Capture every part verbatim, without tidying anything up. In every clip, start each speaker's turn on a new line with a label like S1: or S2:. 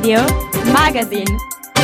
S1: Radio Magazine.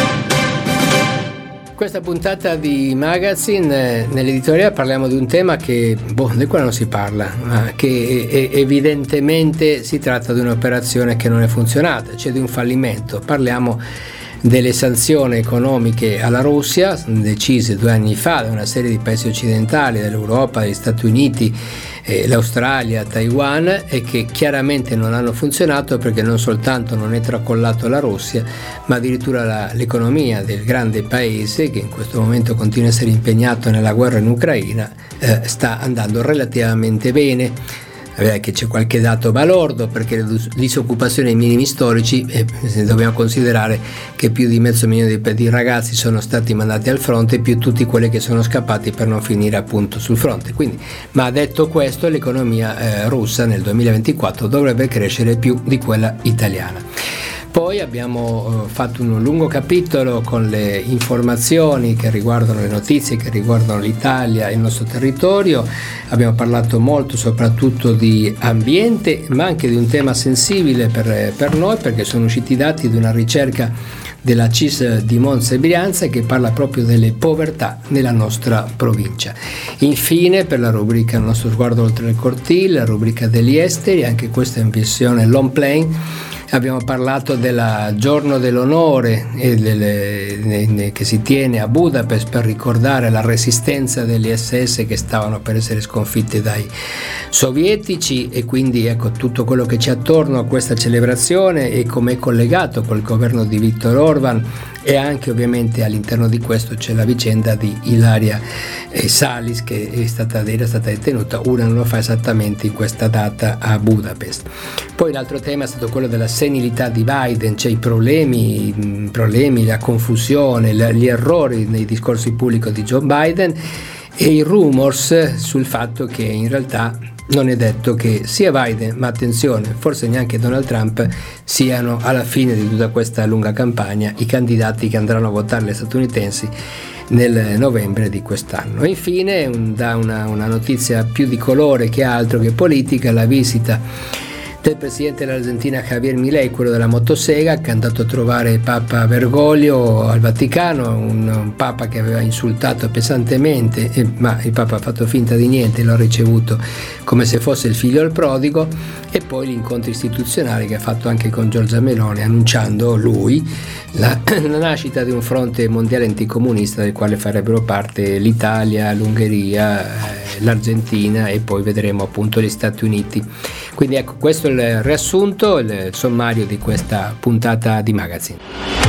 S2: Questa puntata di Magazine, eh, nell'editoriale parliamo di un tema che, boh, del quale non si parla, ma che è, è, evidentemente si tratta di un'operazione che non è funzionata, cioè di un fallimento. Parliamo delle sanzioni economiche alla Russia, decise due anni fa da una serie di paesi occidentali, dall'Europa, dagli Stati Uniti, eh, l'Australia, Taiwan, e che chiaramente non hanno funzionato perché non soltanto non è tracollato la Russia, ma addirittura la, l'economia del grande paese, che in questo momento continua a essere impegnato nella guerra in Ucraina, eh, sta andando relativamente bene. Che c'è qualche dato balordo, perché la disoccupazione ai minimi storici, eh, dobbiamo considerare che più di mezzo milione di, di ragazzi sono stati mandati al fronte, più tutti quelli che sono scappati per non finire appunto sul fronte. Quindi, ma detto questo, l'economia eh, russa nel duemilaventiquattro dovrebbe crescere più di quella italiana. Poi abbiamo uh, fatto un lungo capitolo con le informazioni che riguardano le notizie, che riguardano l'Italia e il nostro territorio. Abbiamo parlato molto soprattutto di ambiente, ma anche di un tema sensibile per, per noi, perché sono usciti i dati di una ricerca della C I S di Monza e Brianza che parla proprio delle povertà nella nostra provincia. Infine, per la rubrica Il nostro sguardo oltre il cortile, la rubrica degli esteri, anche questa in versione long plane, abbiamo parlato del giorno dell'onore e delle, che si tiene a Budapest per ricordare la resistenza degli S S che stavano per essere sconfitti dai sovietici, e quindi ecco tutto quello che c'è attorno a questa celebrazione e come è collegato col governo di Viktor Orban, e anche ovviamente all'interno di questo c'è la vicenda di Ilaria Salis, che è stata, era stata detenuta un anno fa esattamente in questa data a Budapest. Poi l'altro tema è stato quello della senilità di Biden, cioè i problemi, i problemi la confusione, gli errori nei discorsi pubblici di Joe Biden e i rumors sul fatto che in realtà non è detto che sia Biden, ma attenzione, forse neanche Donald Trump siano alla fine di tutta questa lunga campagna i candidati che andranno a votare le statunitensi nel novembre di quest'anno. E infine un, da una, una notizia più di colore che altro che politica, la visita del presidente dell'Argentina Javier Milei, quello della motosega, che è andato a trovare Papa Bergoglio al Vaticano, un, un Papa che aveva insultato pesantemente, eh, ma il Papa ha fatto finta di niente, lo ha ricevuto come se fosse il figlio al prodigo. E poi l'incontro istituzionale che ha fatto anche con Giorgia Meloni, annunciando lui la, la nascita di un fronte mondiale anticomunista del quale farebbero parte l'Italia, l'Ungheria, eh, l'Argentina e poi vedremo appunto gli Stati Uniti. Quindi ecco, questo è il riassunto, il sommario di questa puntata di Magazine.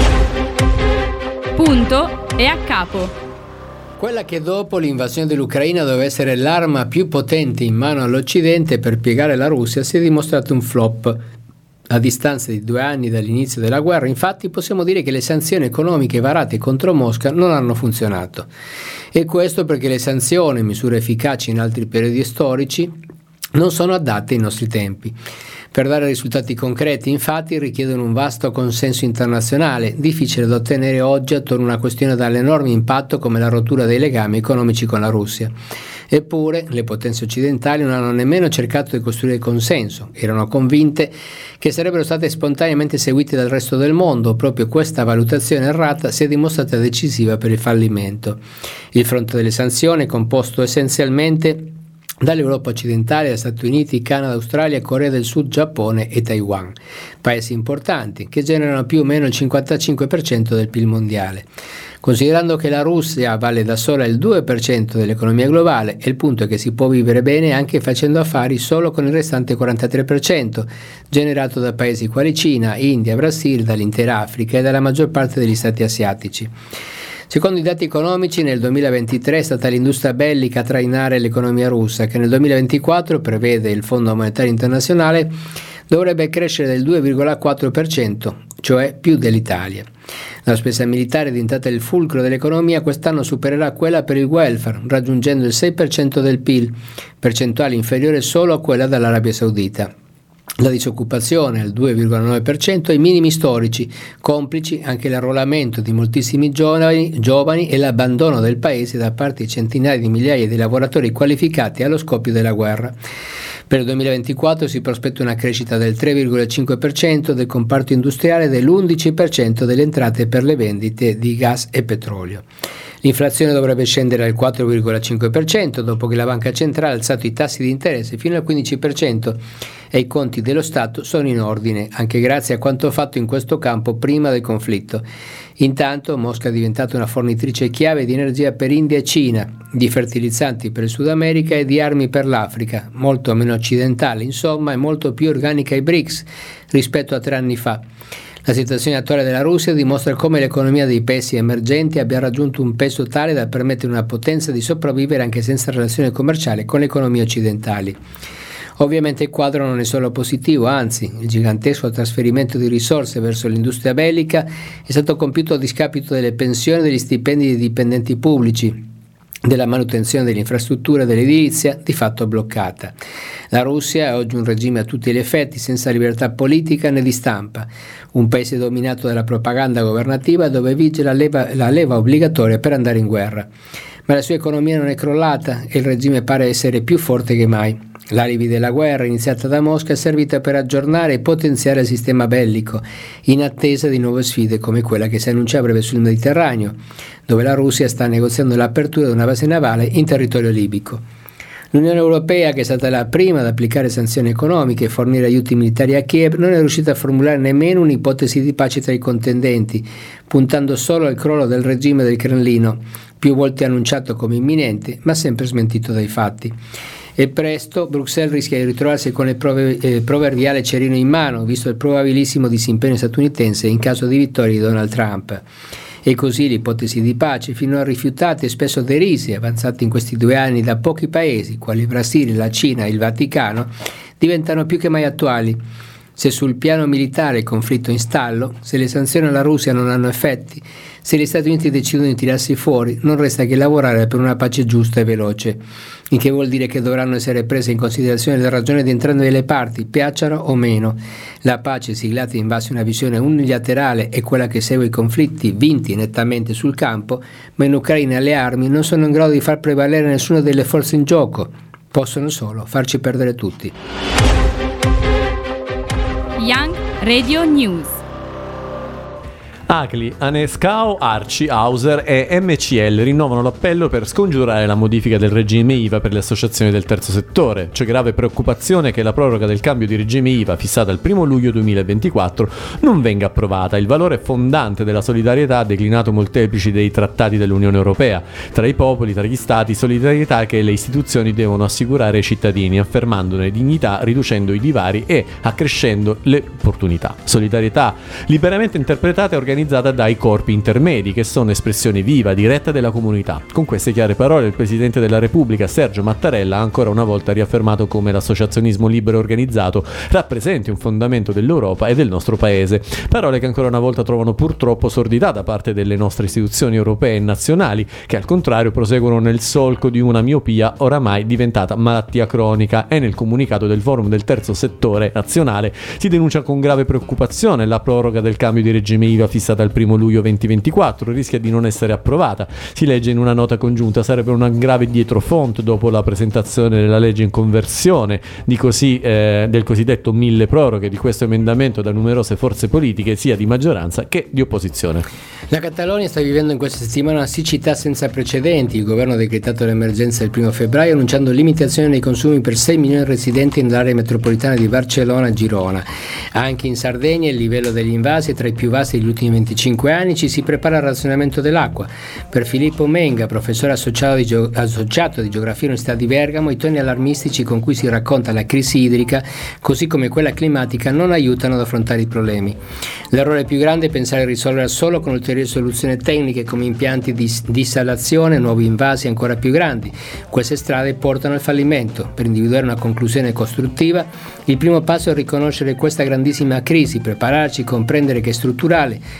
S1: Punto e a capo.
S2: Quella che dopo l'invasione dell'Ucraina doveva essere l'arma più potente in mano all'Occidente per piegare la Russia si è dimostrato un flop. A distanza di due anni dall'inizio della guerra, infatti, possiamo dire che le sanzioni economiche varate contro Mosca non hanno funzionato. E questo perché le sanzioni, misure efficaci in altri periodi storici, non sono adatte ai nostri tempi. Per dare risultati concreti, infatti, richiedono un vasto consenso internazionale, difficile da ottenere oggi attorno a una questione dall'enorme impatto come la rottura dei legami economici con la Russia. Eppure, le potenze occidentali non hanno nemmeno cercato di costruire consenso, erano convinte che sarebbero state spontaneamente seguite dal resto del mondo. Proprio questa valutazione errata si è dimostrata decisiva per il fallimento. Il fronte delle sanzioni è composto essenzialmente dall'Europa occidentale, dagli Stati Uniti, Canada, Australia, Corea del Sud, Giappone e Taiwan, paesi importanti che generano più o meno il cinquantacinque per cento del P I L mondiale. Considerando che la Russia vale da sola il due per cento dell'economia globale, e il punto è che si può vivere bene anche facendo affari solo con il restante quarantatré per cento, generato da paesi quali Cina, India, Brasile, dall'intera Africa e dalla maggior parte degli stati asiatici. Secondo i dati economici, nel duemilaventitré è stata l'industria bellica a trainare l'economia russa, che nel duemilaventiquattro, prevede il Fondo Monetario Internazionale, dovrebbe crescere del due virgola quattro per cento, cioè più dell'Italia. La spesa militare, diventata il fulcro dell'economia, quest'anno supererà quella per il welfare, raggiungendo il sei per cento del P I L, percentuale inferiore solo a quella dell'Arabia Saudita. La disoccupazione al due virgola nove per cento ai minimi storici, complici anche l'arruolamento di moltissimi giovani, giovani e l'abbandono del paese da parte di centinaia di migliaia di lavoratori qualificati allo scoppio della guerra. Per il duemilaventiquattro si prospetta una crescita del tre virgola cinque per cento del comparto industriale e dell'undici per cento delle entrate per le vendite di gas e petrolio. L'inflazione dovrebbe scendere al quattro virgola cinque per cento dopo che la Banca Centrale ha alzato i tassi di interesse fino al quindici per cento e i conti dello Stato sono in ordine, anche grazie a quanto fatto in questo campo prima del conflitto. Intanto Mosca è diventata una fornitrice chiave di energia per India e Cina, di fertilizzanti per il Sud America e di armi per l'Africa, molto meno occidentale, insomma è molto più organica ai B R I C S rispetto a tre anni fa. La situazione attuale della Russia dimostra come l'economia dei paesi emergenti abbia raggiunto un peso tale da permettere una potenza di sopravvivere anche senza relazione commerciale con le economie occidentali. Ovviamente il quadro non è solo positivo, anzi, il gigantesco trasferimento di risorse verso l'industria bellica è stato compiuto a discapito delle pensioni e degli stipendi dei dipendenti pubblici, della manutenzione delle infrastrutture e dell'edilizia, di fatto bloccata. La Russia è oggi un regime a tutti gli effetti, senza libertà politica né di stampa, un paese dominato dalla propaganda governativa dove vige la leva, la leva obbligatoria per andare in guerra. Ma la sua economia non è crollata e il regime pare essere più forte che mai. L'alibi della guerra iniziata da Mosca è servita per aggiornare e potenziare il sistema bellico, in attesa di nuove sfide come quella che si annuncia a breve sul Mediterraneo, dove la Russia sta negoziando l'apertura di una base navale in territorio libico. L'Unione Europea, che è stata la prima ad applicare sanzioni economiche e fornire aiuti militari a Kiev, non è riuscita a formulare nemmeno un'ipotesi di pace tra i contendenti, puntando solo al crollo del regime del Cremlino, più volte annunciato come imminente, ma sempre smentito dai fatti. E presto Bruxelles rischia di ritrovarsi con il prove, eh, proverbiale cerino in mano, visto il probabilissimo disimpegno statunitense in caso di vittoria di Donald Trump. E così l'ipotesi di pace, finora rifiutate e spesso derise, avanzate in questi due anni da pochi paesi, quali il Brasile, la Cina e il Vaticano, diventano più che mai attuali. Se sul piano militare il conflitto è in stallo, se le sanzioni alla Russia non hanno effetti, se gli Stati Uniti decidono di tirarsi fuori, non resta che lavorare per una pace giusta e veloce, il che vuol dire che dovranno essere prese in considerazione le ragioni di entrambe le parti, piacciono o meno. La pace siglata in base a una visione unilaterale è quella che segue i conflitti vinti nettamente sul campo, ma in Ucraina le armi non sono in grado di far prevalere nessuna delle forze in gioco, possono solo farci perdere tutti.
S1: Young Radio News.
S3: Acli, Anescao, Arci, Hauser e M C L rinnovano l'appello per scongiurare la modifica del regime I V A per le associazioni del terzo settore. C'è grave preoccupazione che la proroga del cambio di regime I V A fissata al primo luglio duemilaventiquattro non venga approvata. Il valore fondante della solidarietà ha declinato molteplici dei trattati dell'Unione Europea. Tra i popoli, tra gli stati, solidarietà che le istituzioni devono assicurare ai cittadini, affermandone dignità, riducendo i divari e accrescendo le opportunità. Solidarietà liberamente interpretata e organizzata dai corpi intermedi, che sono espressione viva, diretta della comunità. Con queste chiare parole il Presidente della Repubblica, Sergio Mattarella, ha ancora una volta riaffermato come l'associazionismo libero e organizzato rappresenti un fondamento dell'Europa e del nostro Paese. Parole che ancora una volta trovano purtroppo sordità da parte delle nostre istituzioni europee e nazionali, che al contrario proseguono nel solco di una miopia oramai diventata malattia cronica. E nel comunicato del Forum del Terzo Settore nazionale si denuncia con grave preoccupazione la proroga del cambio di regime I V A fissata dal primo luglio duemilaventiquattro, rischia di non essere approvata. Si legge in una nota congiunta: sarebbe una grave dietrofront dopo la presentazione della legge in conversione di così, eh, del cosiddetto mille proroghe di questo emendamento da numerose forze politiche sia di maggioranza che di opposizione.
S2: La Catalogna sta vivendo in questa settimana una siccità senza precedenti. Il governo ha decretato l'emergenza il primo febbraio annunciando limitazioni nei consumi per sei milioni di residenti nell'area metropolitana di Barcellona e Girona. Anche in Sardegna il livello degli invasi è tra i più bassi degli ultimi venticinque anni. Ci si prepara al razionamento dell'acqua. Per Filippo Menga, professore associato di, Geo- associato di geografia all'Università di Bergamo, i toni allarmistici con cui si racconta la crisi idrica, così come quella climatica, non aiutano ad affrontare i problemi. L'errore più grande è pensare di risolvere solo con ulteriori soluzioni tecniche come impianti di dissalazione, nuovi invasi ancora più grandi. Queste strade portano al fallimento. Per individuare una conclusione costruttiva, il primo passo è riconoscere questa grandissima crisi, prepararci, comprendere che è strutturale,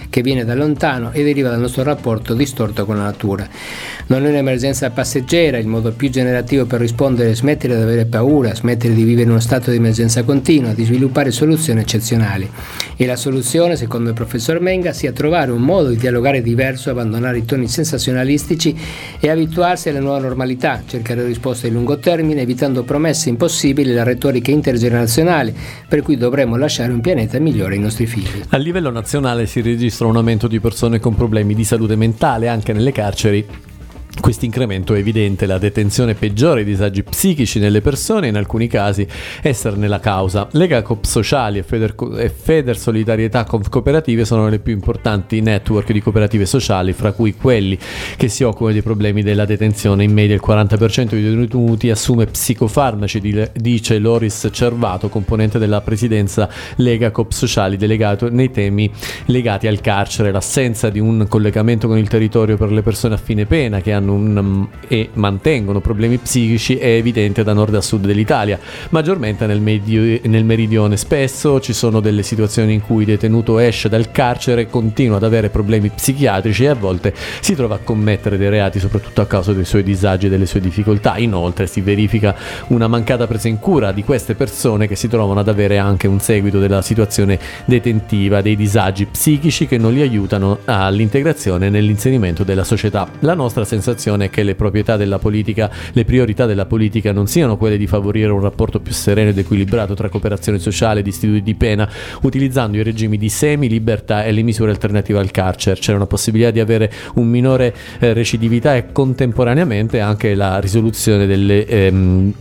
S2: che viene da lontano e deriva dal nostro rapporto distorto con la natura. Non è un'emergenza passeggera, il modo più generativo per rispondere è smettere di avere paura, smettere di vivere in uno stato di emergenza continua, di sviluppare soluzioni eccezionali. E la soluzione, secondo il professor Menga, sia trovare un modo di dialogare diverso, abbandonare i toni sensazionalistici e abituarsi alla nuova normalità, cercare risposte di lungo termine, evitando promesse impossibili e la retorica intergenerazionale, per cui dovremmo lasciare un pianeta migliore ai nostri figli.
S3: A livello nazionale si registra un aumento di persone con problemi di salute mentale anche nelle carceri. Questo incremento è evidente, la detenzione peggiora i disagi psichici nelle persone e in alcuni casi esserne la causa. Lega Coop Sociali e Feder, e Feder Solidarietà Cooperative sono le più importanti network di cooperative sociali, fra cui quelli che si occupano dei problemi della detenzione. In media il quaranta per cento dei detenuti assume psicofarmaci, dice Loris Cervato, componente della presidenza Lega Coop Sociali, delegato nei temi legati al carcere. L'assenza di un collegamento con il territorio per le persone a fine pena che hanno Un, e mantengono problemi psichici è evidente da nord a sud dell'Italia, maggiormente nel, medio, nel meridione. Spesso ci sono delle situazioni in cui il detenuto esce dal carcere, continua ad avere problemi psichiatrici e a volte si trova a commettere dei reati soprattutto a causa dei suoi disagi e delle sue difficoltà. Inoltre si verifica una mancata presa in cura di queste persone che si trovano ad avere anche un seguito della situazione detentiva, dei disagi psichici che non li aiutano all'integrazione e nell'inserimento della società. La nostra sensazione è che le proprietà della politica, le priorità della politica non siano quelle di favorire un rapporto più sereno ed equilibrato tra cooperazione sociale ed istituti di pena, utilizzando i regimi di semi-libertà e le misure alternative al carcere. C'è una possibilità di avere un minore eh, recidività e contemporaneamente anche la risoluzione delle ehm,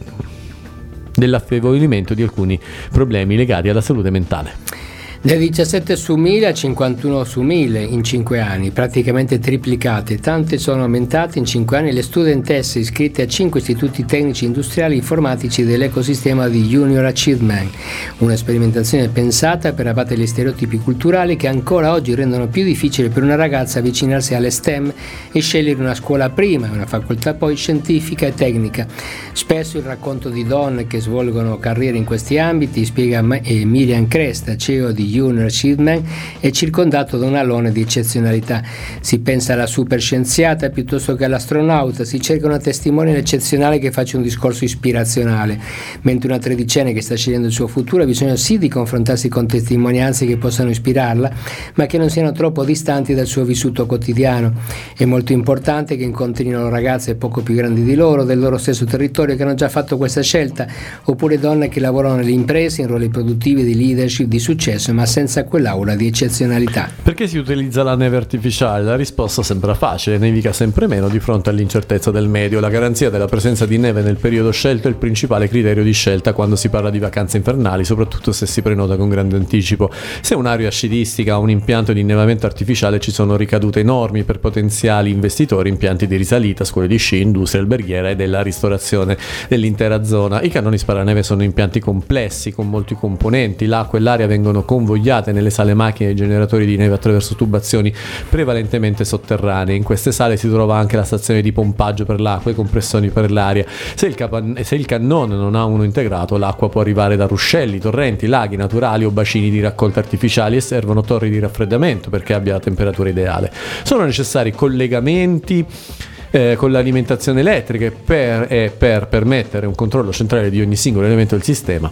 S3: dell'affievolimento di alcuni problemi legati alla salute mentale.
S2: Da diciassette su mille a cinquantuno su mille in cinque anni, praticamente triplicate. Tante sono aumentate in cinque anni le studentesse iscritte a cinque istituti tecnici industriali informatici dell'ecosistema di Junior Achievement, una sperimentazione pensata per abbattere gli stereotipi culturali che ancora oggi rendono più difficile per una ragazza avvicinarsi alle STEM e scegliere una scuola prima, una facoltà poi scientifica e tecnica. Spesso il racconto di donne che svolgono carriere in questi ambiti, spiega Miriam Cresta, C E O di Junior Achievement, è circondato da un alone di eccezionalità. Si pensa alla superscienziata piuttosto che all'astronauta, si cerca una testimonial eccezionale che faccia un discorso ispirazionale, mentre una tredicenne che sta scegliendo il suo futuro ha bisogno sì di confrontarsi con testimonianze che possano ispirarla, ma che non siano troppo distanti dal suo vissuto quotidiano. È molto importante che incontrino ragazze poco più grandi di loro, del loro stesso territorio, che hanno già fatto questa scelta, oppure donne che lavorano nelle imprese in ruoli produttivi, di leadership, di successo, ma senza quell'aura di eccezionalità.
S3: Perché si utilizza la neve artificiale? La risposta sembra facile: nevica sempre meno di fronte all'incertezza del medio. La garanzia della presenza di neve nel periodo scelto è il principale criterio di scelta quando si parla di vacanze invernali, soprattutto se si prenota con grande anticipo. Se un'area sciistica ha un impianto di innevamento artificiale, ci sono ricadute enormi per potenziali investitori, impianti di risalita, scuole di sci, industria alberghiera e della ristorazione dell'intera zona. I cannoni sparaneve sono impianti complessi con molti componenti. L'acqua e l'aria vengono convogliate nelle sale macchine e generatori di neve attraverso tubazioni prevalentemente sotterranee. In queste sale si trova anche la stazione di pompaggio per l'acqua e compressori per l'aria. Se il, capan- se il cannone non ha uno integrato, l'acqua può arrivare da ruscelli, torrenti, laghi naturali o bacini di raccolta artificiali e servono torri di raffreddamento perché abbia la temperatura ideale. Sono necessari collegamenti Eh, con l'alimentazione elettrica per, eh, per permettere un controllo centrale di ogni singolo elemento del sistema.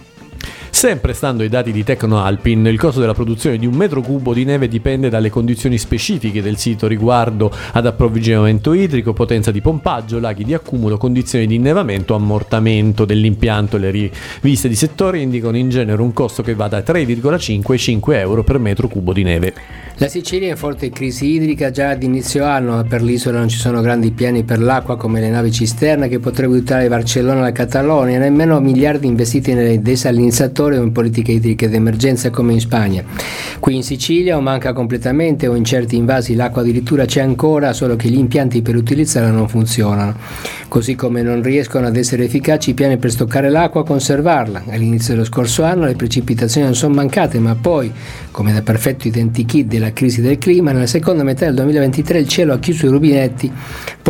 S3: Sempre stando ai dati di Tecnoalpin, il costo della produzione di un metro cubo di neve dipende dalle condizioni specifiche del sito riguardo ad approvvigionamento idrico, potenza di pompaggio, laghi di accumulo, condizioni di innevamento, ammortamento dell'impianto. Le riviste di settore indicano in genere un costo che va da tre virgola cinque ai cinque euro per metro cubo di neve.
S2: La Sicilia è in forte crisi idrica già ad inizio anno, per l'isola non ci sono grandi piani per l'acqua come le navi cisterna che potrebbero aiutare Barcellona e la Catalogna, nemmeno miliardi investiti nei desalinizzatori o in politiche idriche d'emergenza come in Spagna. Qui in Sicilia o manca completamente o in certi invasi l'acqua addirittura c'è ancora, solo che gli impianti per utilizzarla non funzionano. Così come non riescono ad essere efficaci i piani per stoccare l'acqua o conservarla. All'inizio dello scorso anno le precipitazioni non sono mancate, ma poi, come da perfetto identikit della crisi del clima, nella seconda metà del duemilaventitré il cielo ha chiuso i rubinetti, portando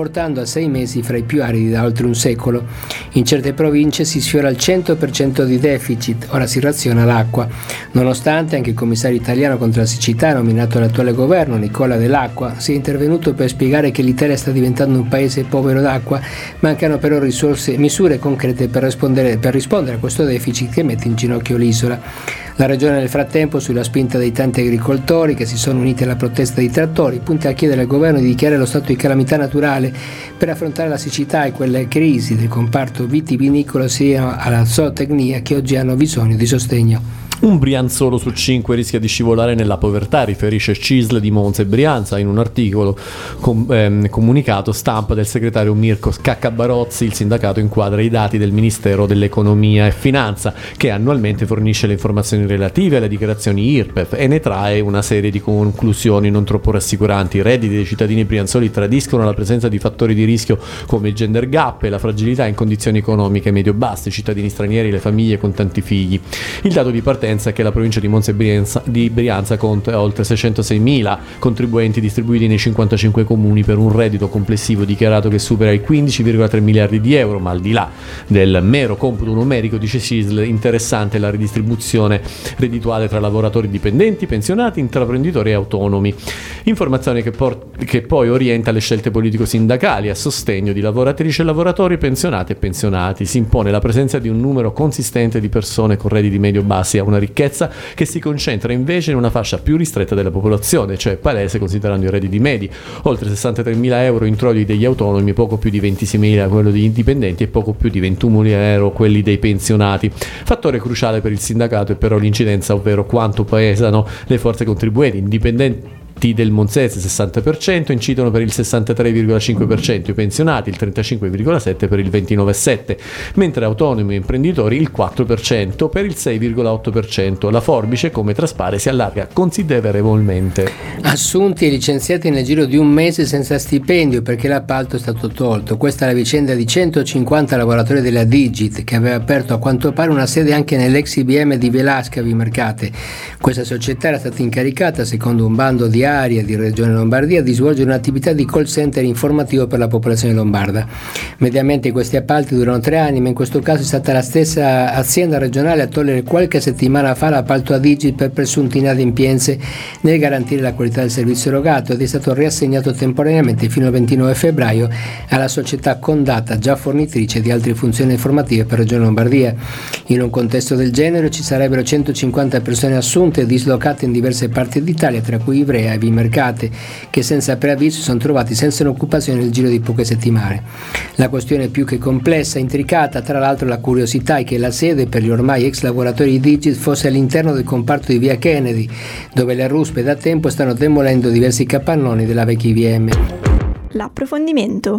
S2: portando a sei mesi fra i più aridi da oltre un secolo. In certe province si sfiora il cento per cento di deficit, ora si raziona l'acqua. Nonostante anche il commissario italiano contro la siccità, nominato dall'attuale governo, Nicola Dell'Acqua, sia intervenuto per spiegare che l'Italia sta diventando un paese povero d'acqua, mancano però risorse, misure concrete per rispondere, per rispondere a questo deficit che mette in ginocchio l'isola. La regione nel frattempo, sulla spinta dei tanti agricoltori che si sono uniti alla protesta dei trattori, punta a chiedere al governo di dichiarare lo stato di calamità naturale per affrontare la siccità e quelle crisi del comparto vitivinicolo sia alla zootecnia che oggi hanno bisogno di sostegno.
S3: Un brianzolo su cinque rischia di scivolare nella povertà, riferisce C I S L di Monza e Brianza in un articolo com- ehm, comunicato stampa del segretario Mirko Scaccabarozzi. Il sindacato inquadra i dati del Ministero dell'Economia e Finanza, che annualmente fornisce le informazioni relative alle dichiarazioni I R P E F e ne trae una serie di conclusioni non troppo rassicuranti. I redditi dei cittadini brianzoli tradiscono la presenza di fattori di rischio come il gender gap e la fragilità in condizioni economiche medio-basse, cittadini stranieri, le famiglie con tanti figli. Il dato di partenza è che la provincia di Monza e Brianza, di Brianza conta oltre seicentoseimila contribuenti distribuiti nei cinquantacinque comuni per un reddito complessivo dichiarato che supera i quindici virgola tre miliardi di euro, ma al di là del mero computo numerico, dice C I S L, interessante la ridistribuzione reddituale tra lavoratori dipendenti, pensionati, intraprenditori e autonomi. Informazione che, port- che poi orienta le scelte politico-sindacali a sostegno di lavoratrici e lavoratori, pensionati e pensionati. Si impone la presenza di un numero consistente di persone con redditi medio-bassi a una ricchezza che si concentra invece in una fascia più ristretta della popolazione, cioè palese considerando i redditi medi, oltre sessantatremila euro introiti degli autonomi, poco più di ventiseimila quello degli indipendenti e poco più di ventunomila euro quelli dei pensionati. Fattore cruciale per il sindacato è però l'incidenza, ovvero quanto pesano le forze contribuenti. Indipendenti del Monzese sessanta per cento incidono per il sessantatré virgola cinque per cento, i pensionati il trentacinque virgola sette per cento per il ventinove virgola sette per cento, mentre autonomi e imprenditori il quattro per cento per il sei virgola otto per cento. La forbice, come traspare, si allarga considerevolmente.
S2: Assunti e licenziati nel giro di un mese senza stipendio perché l'appalto è stato tolto. Questa è la vicenda di centocinquanta lavoratori della Digit, che aveva aperto a quanto pare una sede anche nell'ex I B M di Velasca Vimercate. Questa società era stata incaricata, secondo un bando di Aria di Regione Lombardia, di svolgere un'attività di call center informativo per la popolazione lombarda. Mediamente questi appalti durano tre anni, ma in questo caso è stata la stessa azienda regionale a togliere qualche settimana fa l'appalto a Digit per presunte inadempienze nel garantire la qualità del servizio erogato ed è stato riassegnato temporaneamente fino al ventinove febbraio alla società Condata, già fornitrice di altre funzioni informative per Regione Lombardia. In un contesto del genere ci sarebbero centocinquanta persone assunte e dislocate in diverse parti d'Italia, tra cui Ivrea e Vimercate, che senza preavviso sono trovati senza un'occupazione nel giro di poche settimane. La questione è più che complessa e intricata. Tra l'altro la curiosità è che la sede per gli ormai ex lavoratori di Digit fosse all'interno del comparto di via Kennedy, dove le ruspe da tempo stanno demolendo diversi capannoni della vecchia I B M.
S4: L'approfondimento.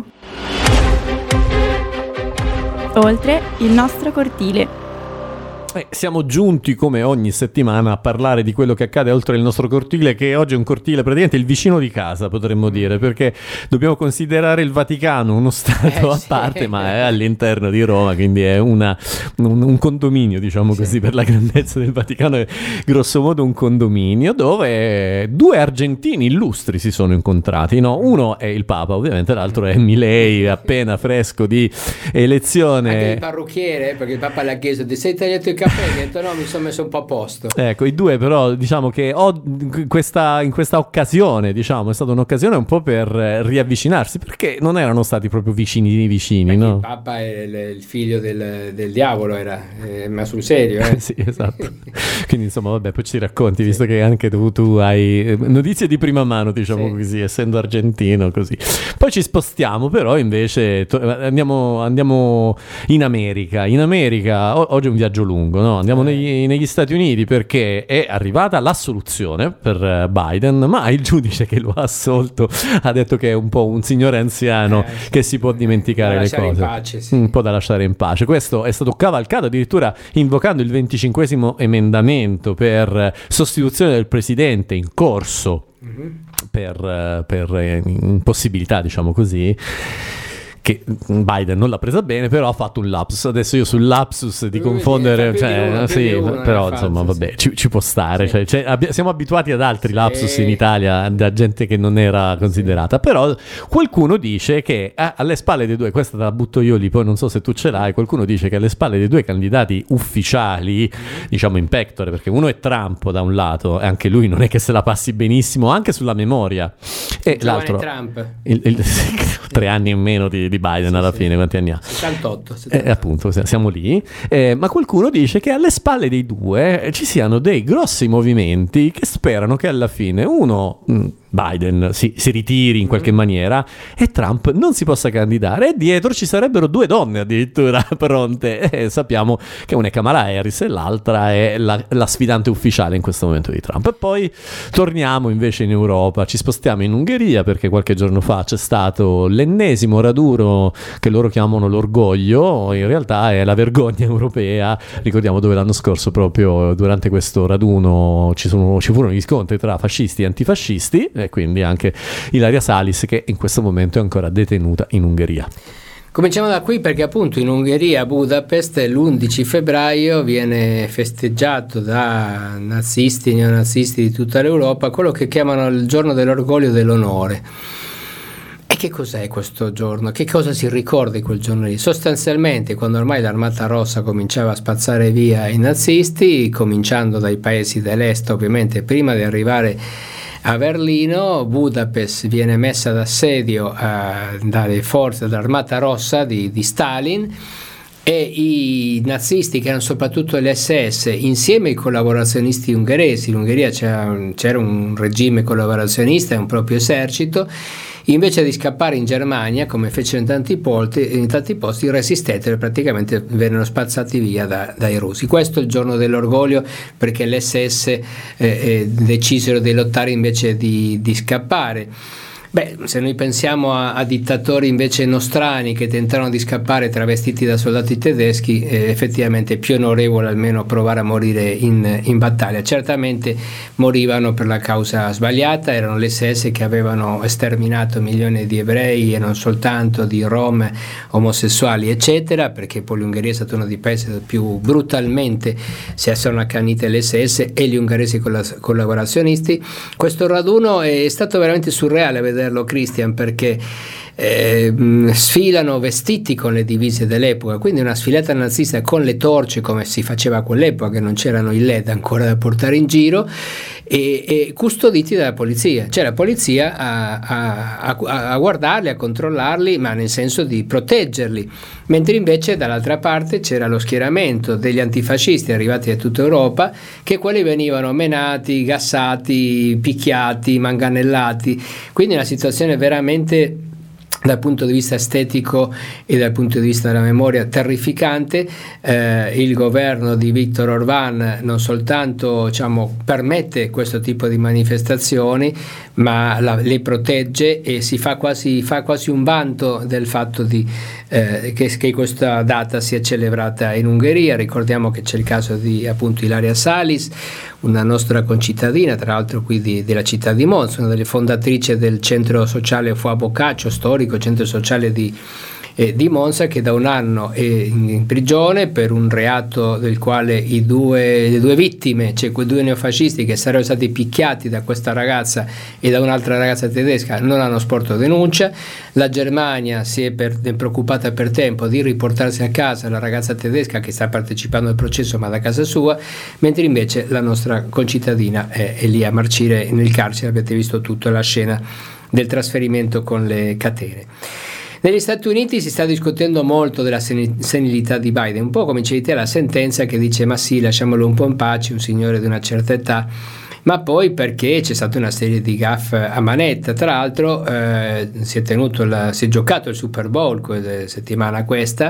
S4: Oltre il nostro cortile.
S3: Eh, siamo giunti come ogni settimana a parlare di quello che accade oltre il nostro cortile, che oggi è un cortile praticamente il vicino di casa, potremmo dire, perché dobbiamo considerare il Vaticano uno stato
S2: eh,
S3: a
S2: sì.
S3: parte, ma è all'interno di Roma, quindi è una, un, un condominio, diciamo
S2: sì.
S3: così, per la grandezza del Vaticano è grosso modo un condominio dove due argentini illustri si sono incontrati, no? Uno è il Papa, ovviamente, l'altro è Milei, appena fresco di elezione.
S2: Anche il parrucchiere, perché il Papa l'ha chiesto: ti sei tagliato il capelli? Ha detto no, mi sono messo un po' a posto.
S3: Ecco, i due però diciamo che ho, in, questa, in questa occasione, diciamo, è stata un'occasione un po' per riavvicinarsi, perché non erano stati proprio vicini vicini,
S2: perché
S3: no?
S2: Il Papa è il, il figlio del, del diavolo, era, eh, ma sul serio, eh?
S3: Sì, esatto. Quindi insomma, vabbè, poi ci racconti, visto sì. che anche tu, tu hai notizie di prima mano, diciamo sì. così, essendo argentino, così. Poi ci spostiamo, però invece to- andiamo, andiamo in America. In America o- oggi è un viaggio lungo. No? Andiamo negli, negli Stati Uniti, perché è arrivata l'assoluzione per Biden, ma il giudice che lo ha assolto ha detto che è un po' un signore anziano eh, che si può dimenticare le cose, in
S2: pace, sì.
S3: un po' da lasciare in pace. Questo è stato cavalcato addirittura invocando il venticinquesimo emendamento per sostituzione del presidente in corso mm-hmm. per, per impossibilità, diciamo così, che Biden non l'ha presa bene, però ha fatto un lapsus. Adesso io sul lapsus di
S2: Lui
S3: confondere, cioè,
S2: uno,
S3: sì,
S2: uno,
S3: però
S2: falso,
S3: insomma vabbè,
S2: sì.
S3: ci, ci può stare,
S2: Sì.
S3: cioè, cioè, abbi- siamo abituati ad altri
S2: Sì.
S3: lapsus in Italia, da gente che non era considerata, però qualcuno dice che eh, alle spalle dei due, questa te la butto io lì, poi non so se tu ce l'hai, qualcuno dice che alle spalle dei due candidati ufficiali, diciamo in pectore, perché uno è Trump da un lato e anche lui non è che se la passi benissimo anche sulla memoria, e
S2: Giovane
S3: l'altro
S2: Trump.
S3: il, il, tre anni in meno di, di Biden
S2: Sì,
S3: alla
S2: sì.
S3: fine, quanti anni ha?
S2: settantotto,
S3: Eh,
S2: settantotto.
S3: appunto, siamo lì. Eh, ma qualcuno dice che alle spalle dei due eh, ci siano dei grossi movimenti che sperano che alla fine uno, mh, Biden, si, si ritiri in qualche maniera e Trump non si possa candidare, e dietro ci sarebbero due donne addirittura pronte. Eh, sappiamo che una è Kamala Harris e l'altra è la, la sfidante ufficiale in questo momento di Trump. E poi torniamo invece in Europa, ci spostiamo in Ungheria, perché qualche giorno fa c'è stato l'ennesimo raduno che loro chiamano l'orgoglio, in realtà è la vergogna europea. Ricordiamo dove l'anno scorso proprio durante questo raduno ci, sono, ci furono gli scontri tra fascisti e antifascisti, e quindi anche Ilaria Salis, che in questo momento è ancora detenuta in Ungheria.
S2: Cominciamo da qui perché appunto in Ungheria, a Budapest, l'undici febbraio viene festeggiato da nazisti e neonazisti di tutta l'Europa quello che chiamano il giorno dell'orgoglio e dell'onore. E che cos'è questo giorno? Che cosa si ricorda di quel giorno lì? Sostanzialmente, quando ormai l'Armata Rossa cominciava a spazzare via i nazisti, cominciando dai paesi dell'est ovviamente, prima di arrivare a Berlino, Budapest viene messa d'assedio eh, dalle forze dell'Armata Rossa di, di Stalin, e i nazisti, che erano soprattutto l'esse esse, insieme ai collaborazionisti ungheresi, in Ungheria c'era, c'era un regime collaborazionista e un proprio esercito, invece di scappare in Germania come fecero in tanti, polti, in tanti posti, resistettero e praticamente vennero spazzati via da, dai russi. Questo è il giorno dell'orgoglio, perché l'esse esse eh, eh, decisero di lottare invece di, di scappare. Beh, se noi pensiamo a, a dittatori invece nostrani che tentarono di scappare travestiti da soldati tedeschi, eh, effettivamente è più onorevole almeno provare a morire in, in battaglia. Certamente morivano per la causa sbagliata, erano le esse esse che avevano esterminato milioni di ebrei e non soltanto, di rom, omosessuali eccetera, perché poi l'Ungheria è stato uno dei paesi dove più brutalmente si sono accanite le esse esse e gli ungheresi collaborazionisti. Questo raduno è stato veramente surreale vedere Christian, perché eh, sfilano vestiti con le divise dell'epoca, quindi una sfilata nazista con le torce come si faceva a quell'epoca, che non c'erano i led ancora da portare in giro, e, e custoditi dalla polizia, cioè la polizia a, a, a, a guardarli, a controllarli, ma nel senso di proteggerli, mentre invece dall'altra parte c'era lo schieramento degli antifascisti arrivati da tutta Europa, che quelli venivano menati, gassati, picchiati, manganellati, quindi una situazione veramente, dal punto di vista estetico e dal punto di vista della memoria, terrificante. Eh, il governo di Viktor Orbán non soltanto, diciamo, permette questo tipo di manifestazioni, ma la, le protegge, e si fa quasi, fa quasi un vanto del fatto di, eh, che, che questa data sia celebrata in Ungheria. Ricordiamo che c'è il caso di appunto Ilaria Salis, una nostra concittadina, tra l'altro qui di, della città di Monza, una delle fondatrici del centro sociale Foa Boccaccio, storico centro sociale di, eh, di Monza, che da un anno è in, in prigione per un reato del quale i due, le due vittime, cioè quei due neofascisti che sarebbero stati picchiati da questa ragazza e da un'altra ragazza tedesca, non hanno sporto denuncia. La Germania si è, per, è preoccupata per tempo di riportarsi a casa la ragazza tedesca che sta partecipando al processo ma da casa sua, mentre invece la nostra concittadina è, è lì a marcire nel carcere. Avete visto tutta la scena del trasferimento con le catene. Negli Stati Uniti si sta discutendo molto della senilità di Biden, un po' come dicevi te, la sentenza che dice ma sì, lasciamolo un po' in pace, un signore di una certa età, ma poi perché c'è stata una serie di gaffe a manetta. Tra l'altro eh, si è tenuto la, si è giocato il Super Bowl questa settimana questa,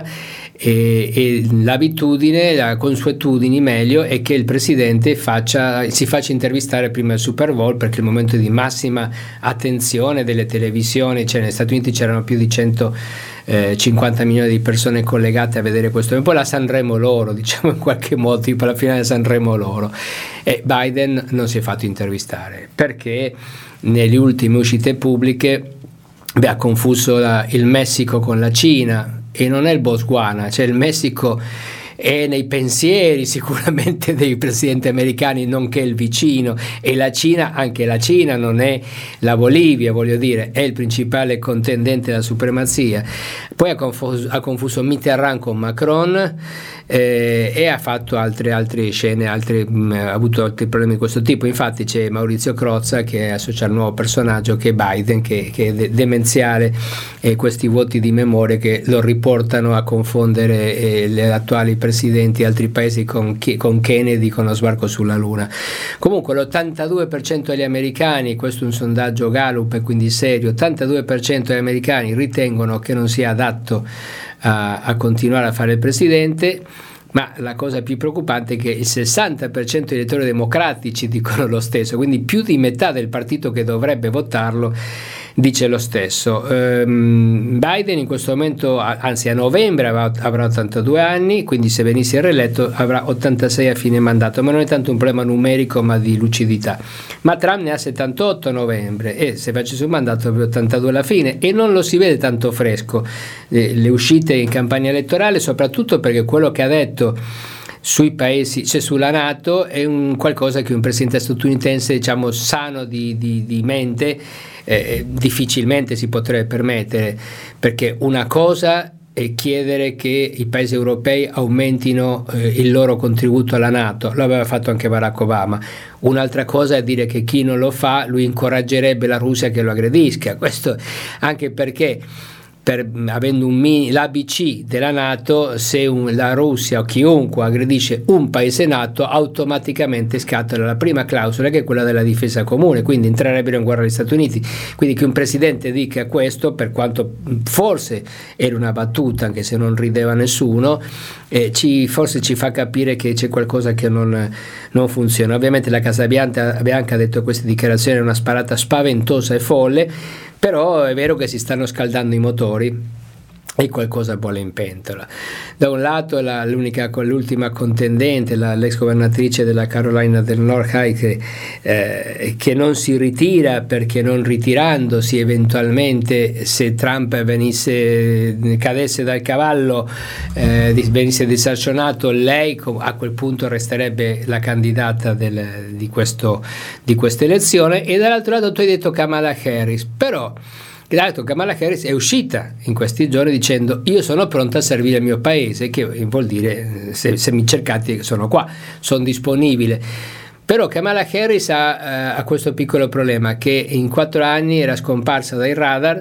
S2: e, e l'abitudine, la consuetudine meglio, è che il presidente faccia, si faccia intervistare prima del Super Bowl, perché è il momento di massima attenzione delle televisioni. Cioè negli Stati Uniti c'erano più di centocinquanta milioni di persone collegate a vedere questo, e poi la Sanremo loro, diciamo in qualche modo, tipo la finale Sanremo loro. E Biden non si è fatto intervistare perché nelle ultime uscite pubbliche beh, ha confuso la, il Messico con la Cina, e non è il Botswana, cioè il Messico è nei pensieri sicuramente dei presidenti americani, nonché il vicino, e la Cina, anche la Cina non è la Bolivia, voglio dire, è il principale contendente della supremazia. Poi ha confuso, ha confuso Mitterrand con Macron, eh, e ha fatto altre, altre scene, altre, mh, ha avuto altri problemi di questo tipo. Infatti c'è Maurizio Crozza che associa al nuovo personaggio che è Biden, che, che è de- demenziale, e questi voti di memoria che lo riportano a confondere eh, le attuali presidenti di altri paesi con, con Kennedy, con lo sbarco sulla Luna. Comunque l'ottantadue per cento degli americani, questo è un sondaggio Gallup e quindi serio, ottantadue per cento degli americani ritengono che non sia adatto a, a continuare a fare il presidente, ma la cosa più preoccupante è che il sessanta per cento dei elettori democratici dicono lo stesso, quindi più di metà del partito che dovrebbe votarlo dice lo stesso. Um, Biden in questo momento, anzi a novembre avrà, avrà ottantadue anni, quindi se venisse rieletto avrà ottantasei a fine mandato, ma non è tanto un problema numerico ma di lucidità. Ma Trump ne ha settantotto a novembre, e se facesse un mandato avrebbe ottantadue alla fine, e non lo si vede tanto fresco le, le uscite in campagna elettorale, soprattutto perché quello che ha detto sui paesi, cioè sulla NATO, è un qualcosa che un presidente statunitense, diciamo, sano di, di, di mente eh, difficilmente si potrebbe permettere, perché una cosa è chiedere che i paesi europei aumentino eh, il loro contributo alla NATO, lo aveva fatto anche Barack Obama. Un'altra cosa è dire che chi non lo fa lui incoraggerebbe la Russia che lo aggredisca, questo anche perché per, avendo un mini, l'A B C della NATO, se un, la Russia o chiunque aggredisce un paese NATO, automaticamente scatta la prima clausola, che è quella della difesa comune, quindi entrerebbero in guerra gli Stati Uniti. Quindi che un presidente dica questo, per quanto forse era una battuta, anche se non rideva nessuno, eh, ci, forse ci fa capire che c'è qualcosa che non, non funziona. Ovviamente la Casa Bianca, Bianca ha detto che questa dichiarazione è una sparata spaventosa e folle, però è vero che si stanno scaldando i motori e qualcosa bolle in pentola. Da un lato la, l'unica, l'ultima contendente, la, l'ex governatrice della Carolina del Nord, che, eh, che non si ritira, perché non ritirandosi eventualmente, se Trump venisse, cadesse dal cavallo, eh, venisse disarcionato, lei a quel punto resterebbe la candidata del, di, questo, di questa elezione. E dall'altro lato tu hai detto Kamala Harris, però L'altro, Kamala Harris è uscita in questi giorni dicendo: io sono pronta a servire il mio paese, che vuol dire se, se mi cercate sono qua, sono disponibile. Però Kamala Harris ha, ha questo piccolo problema, che in quattro anni era scomparsa dai radar,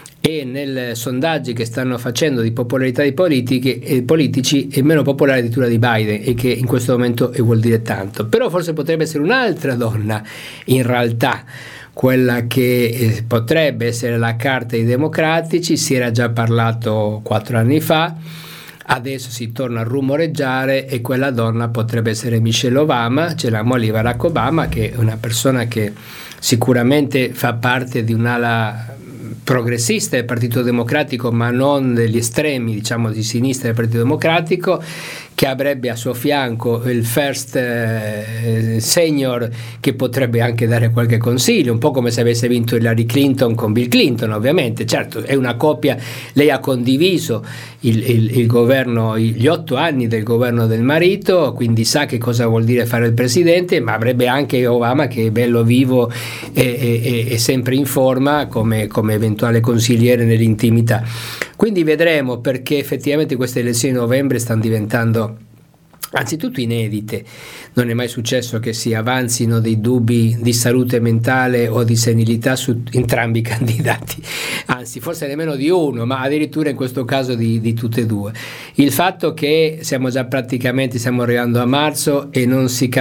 S2: e nei sondaggi che stanno facendo di popolarità di politiche, eh, politici è meno popolare addirittura di Biden, e che in questo momento e vuol dire tanto. Però forse potrebbe essere un'altra donna in realtà quella che eh, potrebbe essere la carta dei democratici. Si era già parlato quattro anni fa, adesso si torna a rumoreggiare, e quella donna potrebbe essere Michelle Obama, cioè la moglie di Barack Obama, che è una persona che sicuramente fa parte di un'ala progressista del Partito Democratico, ma non degli estremi, diciamo, di sinistra del Partito Democratico, che avrebbe a suo fianco il first eh, senior, che potrebbe anche dare qualche consiglio, un po' come se avesse vinto Hillary Clinton con Bill Clinton. Ovviamente, certo, è una coppia, lei ha condiviso il, il, il governo, gli otto anni del governo del marito, quindi sa che cosa vuol dire fare il presidente, ma avrebbe anche Obama, che è bello vivo e, e, e sempre in forma, come, come eventuale consigliere nell'intimità. Quindi vedremo, perché effettivamente queste elezioni di novembre stanno diventando anzitutto inedite. Non è mai successo che si avanzino dei dubbi di salute mentale o di senilità su entrambi i candidati, anzi forse nemmeno di uno, ma addirittura in questo caso di, di tutte e due. Il fatto che siamo già praticamente, stiamo arrivando a marzo e non si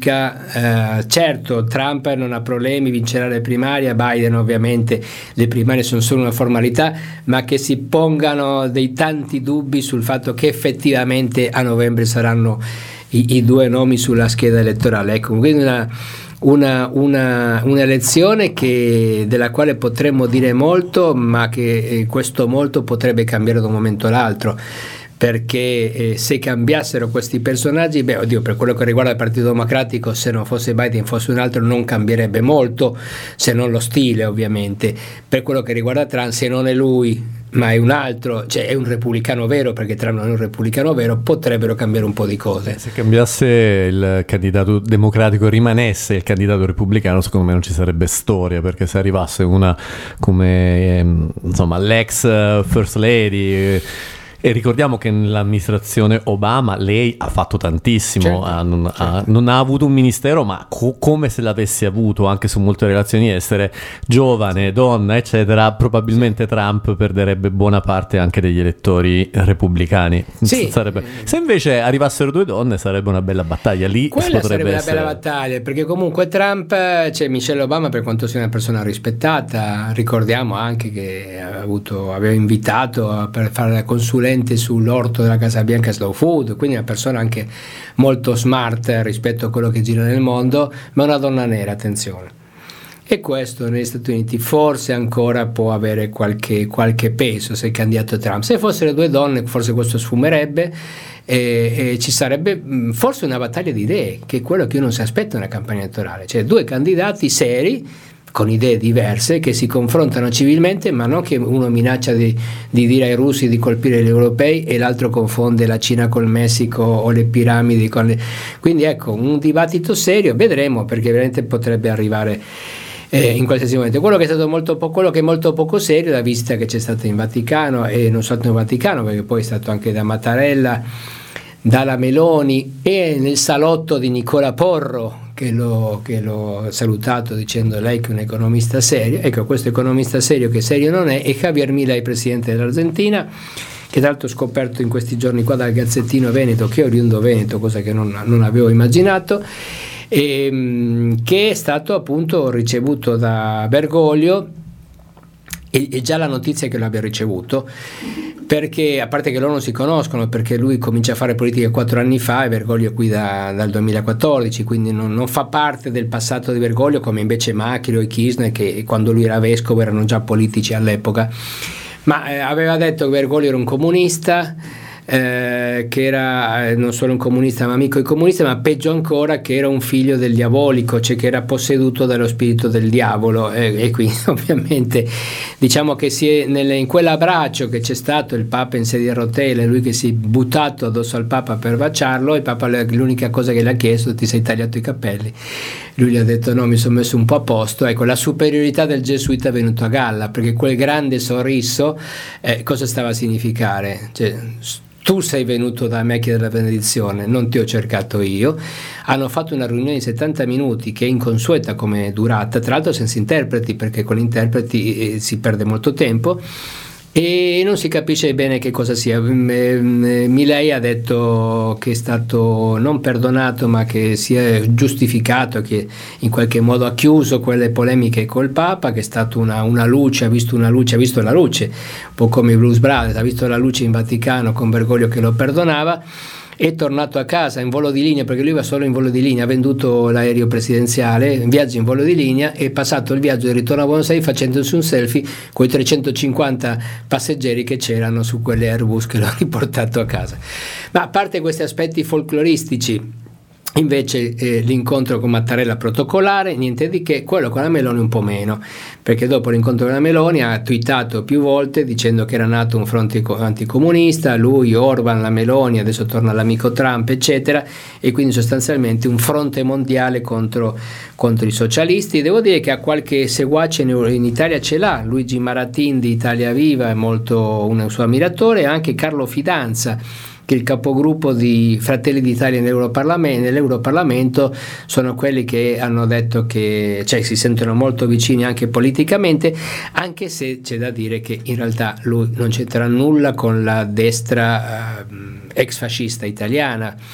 S2: capisca, eh, certo Trump non ha problemi, vincerà le primarie, Biden ovviamente le primarie sono solo una formalità, ma che si pongano dei tanti dubbi sul fatto che effettivamente a novembre saranno I, i due nomi sulla scheda elettorale. Ecco, quindi una, una, una, un'elezione che, della quale potremmo dire molto, ma che eh, questo molto potrebbe cambiare da un momento all'altro, perché eh, se cambiassero questi personaggi, beh oddio, per quello che riguarda il Partito Democratico, se non fosse Biden fosse un altro non cambierebbe molto, se non lo stile ovviamente. Per quello che riguarda Trump, se non è lui ma è un altro, cioè è un repubblicano vero, perché Trump non è un repubblicano vero, potrebbero cambiare un po' di cose.
S3: Se cambiasse il candidato democratico, rimanesse il candidato repubblicano, secondo me non ci sarebbe storia, perché se arrivasse una come ehm, insomma l'ex First Lady, e ricordiamo che nell'amministrazione Obama lei ha fatto tantissimo,
S2: certo,
S3: ha, non,
S2: certo.
S3: ha, non ha avuto un ministero, ma co- come se l'avesse avuto anche su molte relazioni estere, giovane, donna, eccetera. Probabilmente sì. Trump perderebbe buona parte anche degli elettori repubblicani.
S2: Sì.
S3: Sarebbe... Se invece arrivassero due donne sarebbe una bella battaglia, lì
S2: quella
S3: potrebbe
S2: sarebbe
S3: essere...
S2: una bella battaglia, perché comunque Trump, cioè Michelle Obama, per quanto sia una persona rispettata, ricordiamo anche che ha avuto, aveva invitato a, per fare la consulenza sull'orto della Casa Bianca Slow Food, quindi una persona anche molto smart rispetto a quello che gira nel mondo, ma una donna nera, attenzione. E questo negli Stati Uniti forse ancora può avere qualche, qualche peso se è candidato Trump. Se fossero due donne forse questo sfumerebbe e, e ci sarebbe forse una battaglia di idee, che è quello che io non si aspetta in una campagna elettorale, cioè due candidati seri con idee diverse che si confrontano civilmente, ma non che uno minaccia di, di dire ai russi di colpire gli europei e l'altro confonde la Cina col Messico o le piramidi con le... Quindi ecco, un dibattito serio, vedremo, perché veramente potrebbe arrivare eh, in qualsiasi momento. Quello che è stato molto po- quello che è molto poco serio è la visita che c'è stata in Vaticano, e non soltanto in Vaticano, perché poi è stato anche da Mattarella, dalla Meloni e nel salotto di Nicola Porro, che l'ho, che l'ho salutato dicendo lei che è un economista serio. Ecco, questo economista serio che serio non è, è Javier Milei, presidente dell'Argentina, che tra l'altro ho scoperto in questi giorni qua dal Gazzettino Veneto che è oriundo veneto, cosa che non, non avevo immaginato, e, che è stato appunto ricevuto da Bergoglio, e, e già la notizia che lo abbia ricevuto, perché a parte che loro non si conoscono, perché lui comincia a fare politica quattro anni fa e Bergoglio qui da, dal duemilaquattordici, quindi non, non fa parte del passato di Bergoglio, come invece Macri o i Kirchner, che quando lui era vescovo erano già politici all'epoca. Ma eh, aveva detto che Bergoglio era un comunista, eh, che era eh, non solo un comunista ma amico dei comunisti, ma peggio ancora che era un figlio del diabolico, cioè che era posseduto dallo spirito del diavolo, eh, e quindi ovviamente diciamo che si è nel, in quell'abbraccio che c'è stato il Papa in sedia a rotelle, lui che si è buttato addosso al Papa per baciarlo, il Papa l'unica cosa che le ha chiesto: ti sei tagliato i capelli? Lui gli ha detto no, mi sono messo un po' a posto. Ecco, la superiorità del gesuita è venuto a galla, perché quel grande sorriso eh, cosa stava a significare? Cioè, tu sei venuto da me a chiedere la benedizione, non ti ho cercato io. Hanno fatto una riunione di settanta minuti che è inconsueta come durata, tra l'altro senza interpreti, perché con gli interpreti eh, si perde molto tempo e non si capisce bene che cosa sia. Milei ha detto che è stato non perdonato ma che si è giustificato, che in qualche modo ha chiuso quelle polemiche col Papa, che è stato una, una luce, ha visto una luce, ha visto la luce, un po' come i Blues Brothers, ha visto la luce in Vaticano con Bergoglio che lo perdonava. È tornato a casa in volo di linea, perché lui va solo in volo di linea, ha venduto l'aereo presidenziale, viaggio in volo di linea, e passato il viaggio di ritorno a Buenos Aires facendosi un selfie con i trecentocinquanta passeggeri che c'erano su quelle Airbus che l'ho riportato a casa. Ma a parte questi aspetti folcloristici, invece eh, l'incontro con Mattarella protocolare, niente di che. Quello con la Meloni un po' meno, perché dopo l'incontro con la Meloni ha twittato più volte dicendo che era nato un fronte anticomunista, lui, Orban, la Meloni, adesso torna l'amico Trump, eccetera, e quindi sostanzialmente un fronte mondiale contro, contro i socialisti. Devo dire che ha qualche seguace in, in Italia, ce l'ha Luigi Maratin di Italia Viva, è molto un suo ammiratore, e anche Carlo Fidanza, che il capogruppo di Fratelli d'Italia nell'Europarlamento, nell'Europarlamento sono quelli che hanno detto che, cioè, si sentono molto vicini anche politicamente, anche se c'è da dire che in realtà lui non c'entra nulla con la destra eh, ex fascista italiana,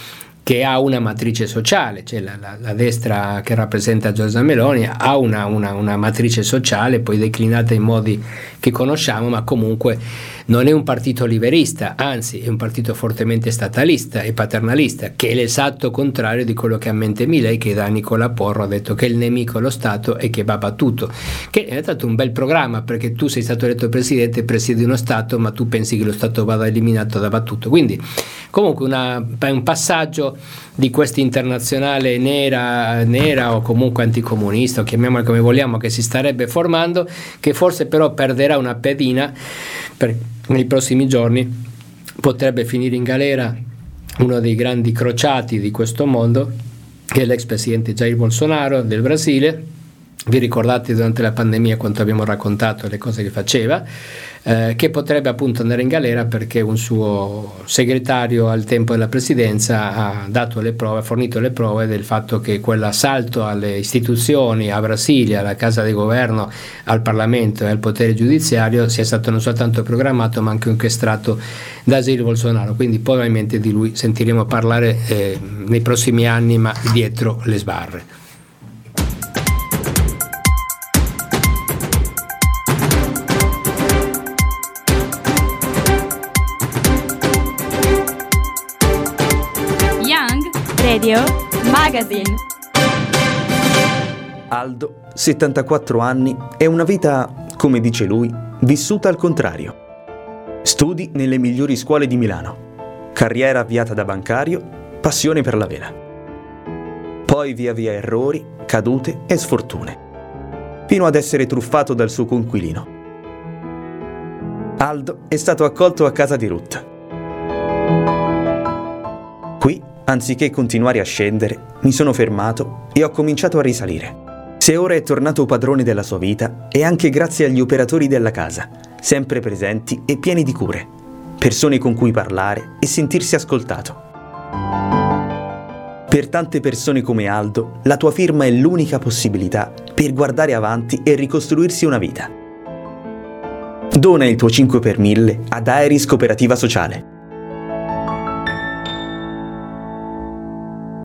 S2: che ha una matrice sociale, cioè la, la, la destra che rappresenta Giorgia Meloni ha una, una, una matrice sociale poi declinata in modi che conosciamo, ma comunque non è un partito liberista, anzi è un partito fortemente statalista e paternalista, che è l'esatto contrario di quello che ha a mente Milei, che da Nicola Porro ha detto che il nemico è lo Stato e che va battuto, che è stato un bel programma, perché tu sei stato eletto presidente, presiedi uno Stato, ma tu pensi che lo Stato vada eliminato, da battuto. Quindi comunque una, un passaggio di questa internazionale nera, nera o comunque anticomunista, o chiamiamola come vogliamo, che si starebbe formando, che forse però perderà una pedina per, nei prossimi giorni. Potrebbe finire in galera uno dei grandi crociati di questo mondo, che è l'ex presidente Jair Bolsonaro del Brasile. Vi ricordate durante la pandemia quanto abbiamo raccontato le cose che faceva, eh, che potrebbe appunto andare in galera perché un suo segretario al tempo della presidenza ha dato le prove, ha fornito le prove del fatto che quell'assalto alle istituzioni, a Brasilia, alla Casa di Governo, al Parlamento e al potere giudiziario sia stato non soltanto programmato ma anche orchestrato da Jair Bolsonaro. Quindi probabilmente di lui sentiremo parlare eh, nei prossimi anni, ma dietro le sbarre.
S4: Radio Magazine.
S5: Aldo, settantaquattro anni, è una vita, come dice lui, vissuta al contrario. Studi nelle migliori scuole di Milano, carriera avviata da bancario, passione per la vela. Poi via via errori, cadute e sfortune, fino ad essere truffato dal suo coinquilino. Aldo è stato accolto a casa di Ruth. Qui, anziché continuare a scendere, mi sono fermato e ho cominciato a risalire. Se ora è tornato padrone della sua vita, è anche grazie agli operatori della casa, sempre presenti e pieni di cure, persone con cui parlare e sentirsi ascoltato. Per tante persone come Aldo, la tua firma è l'unica possibilità per guardare avanti e ricostruirsi una vita. Dona il tuo cinque per mille ad Aeris Cooperativa Sociale.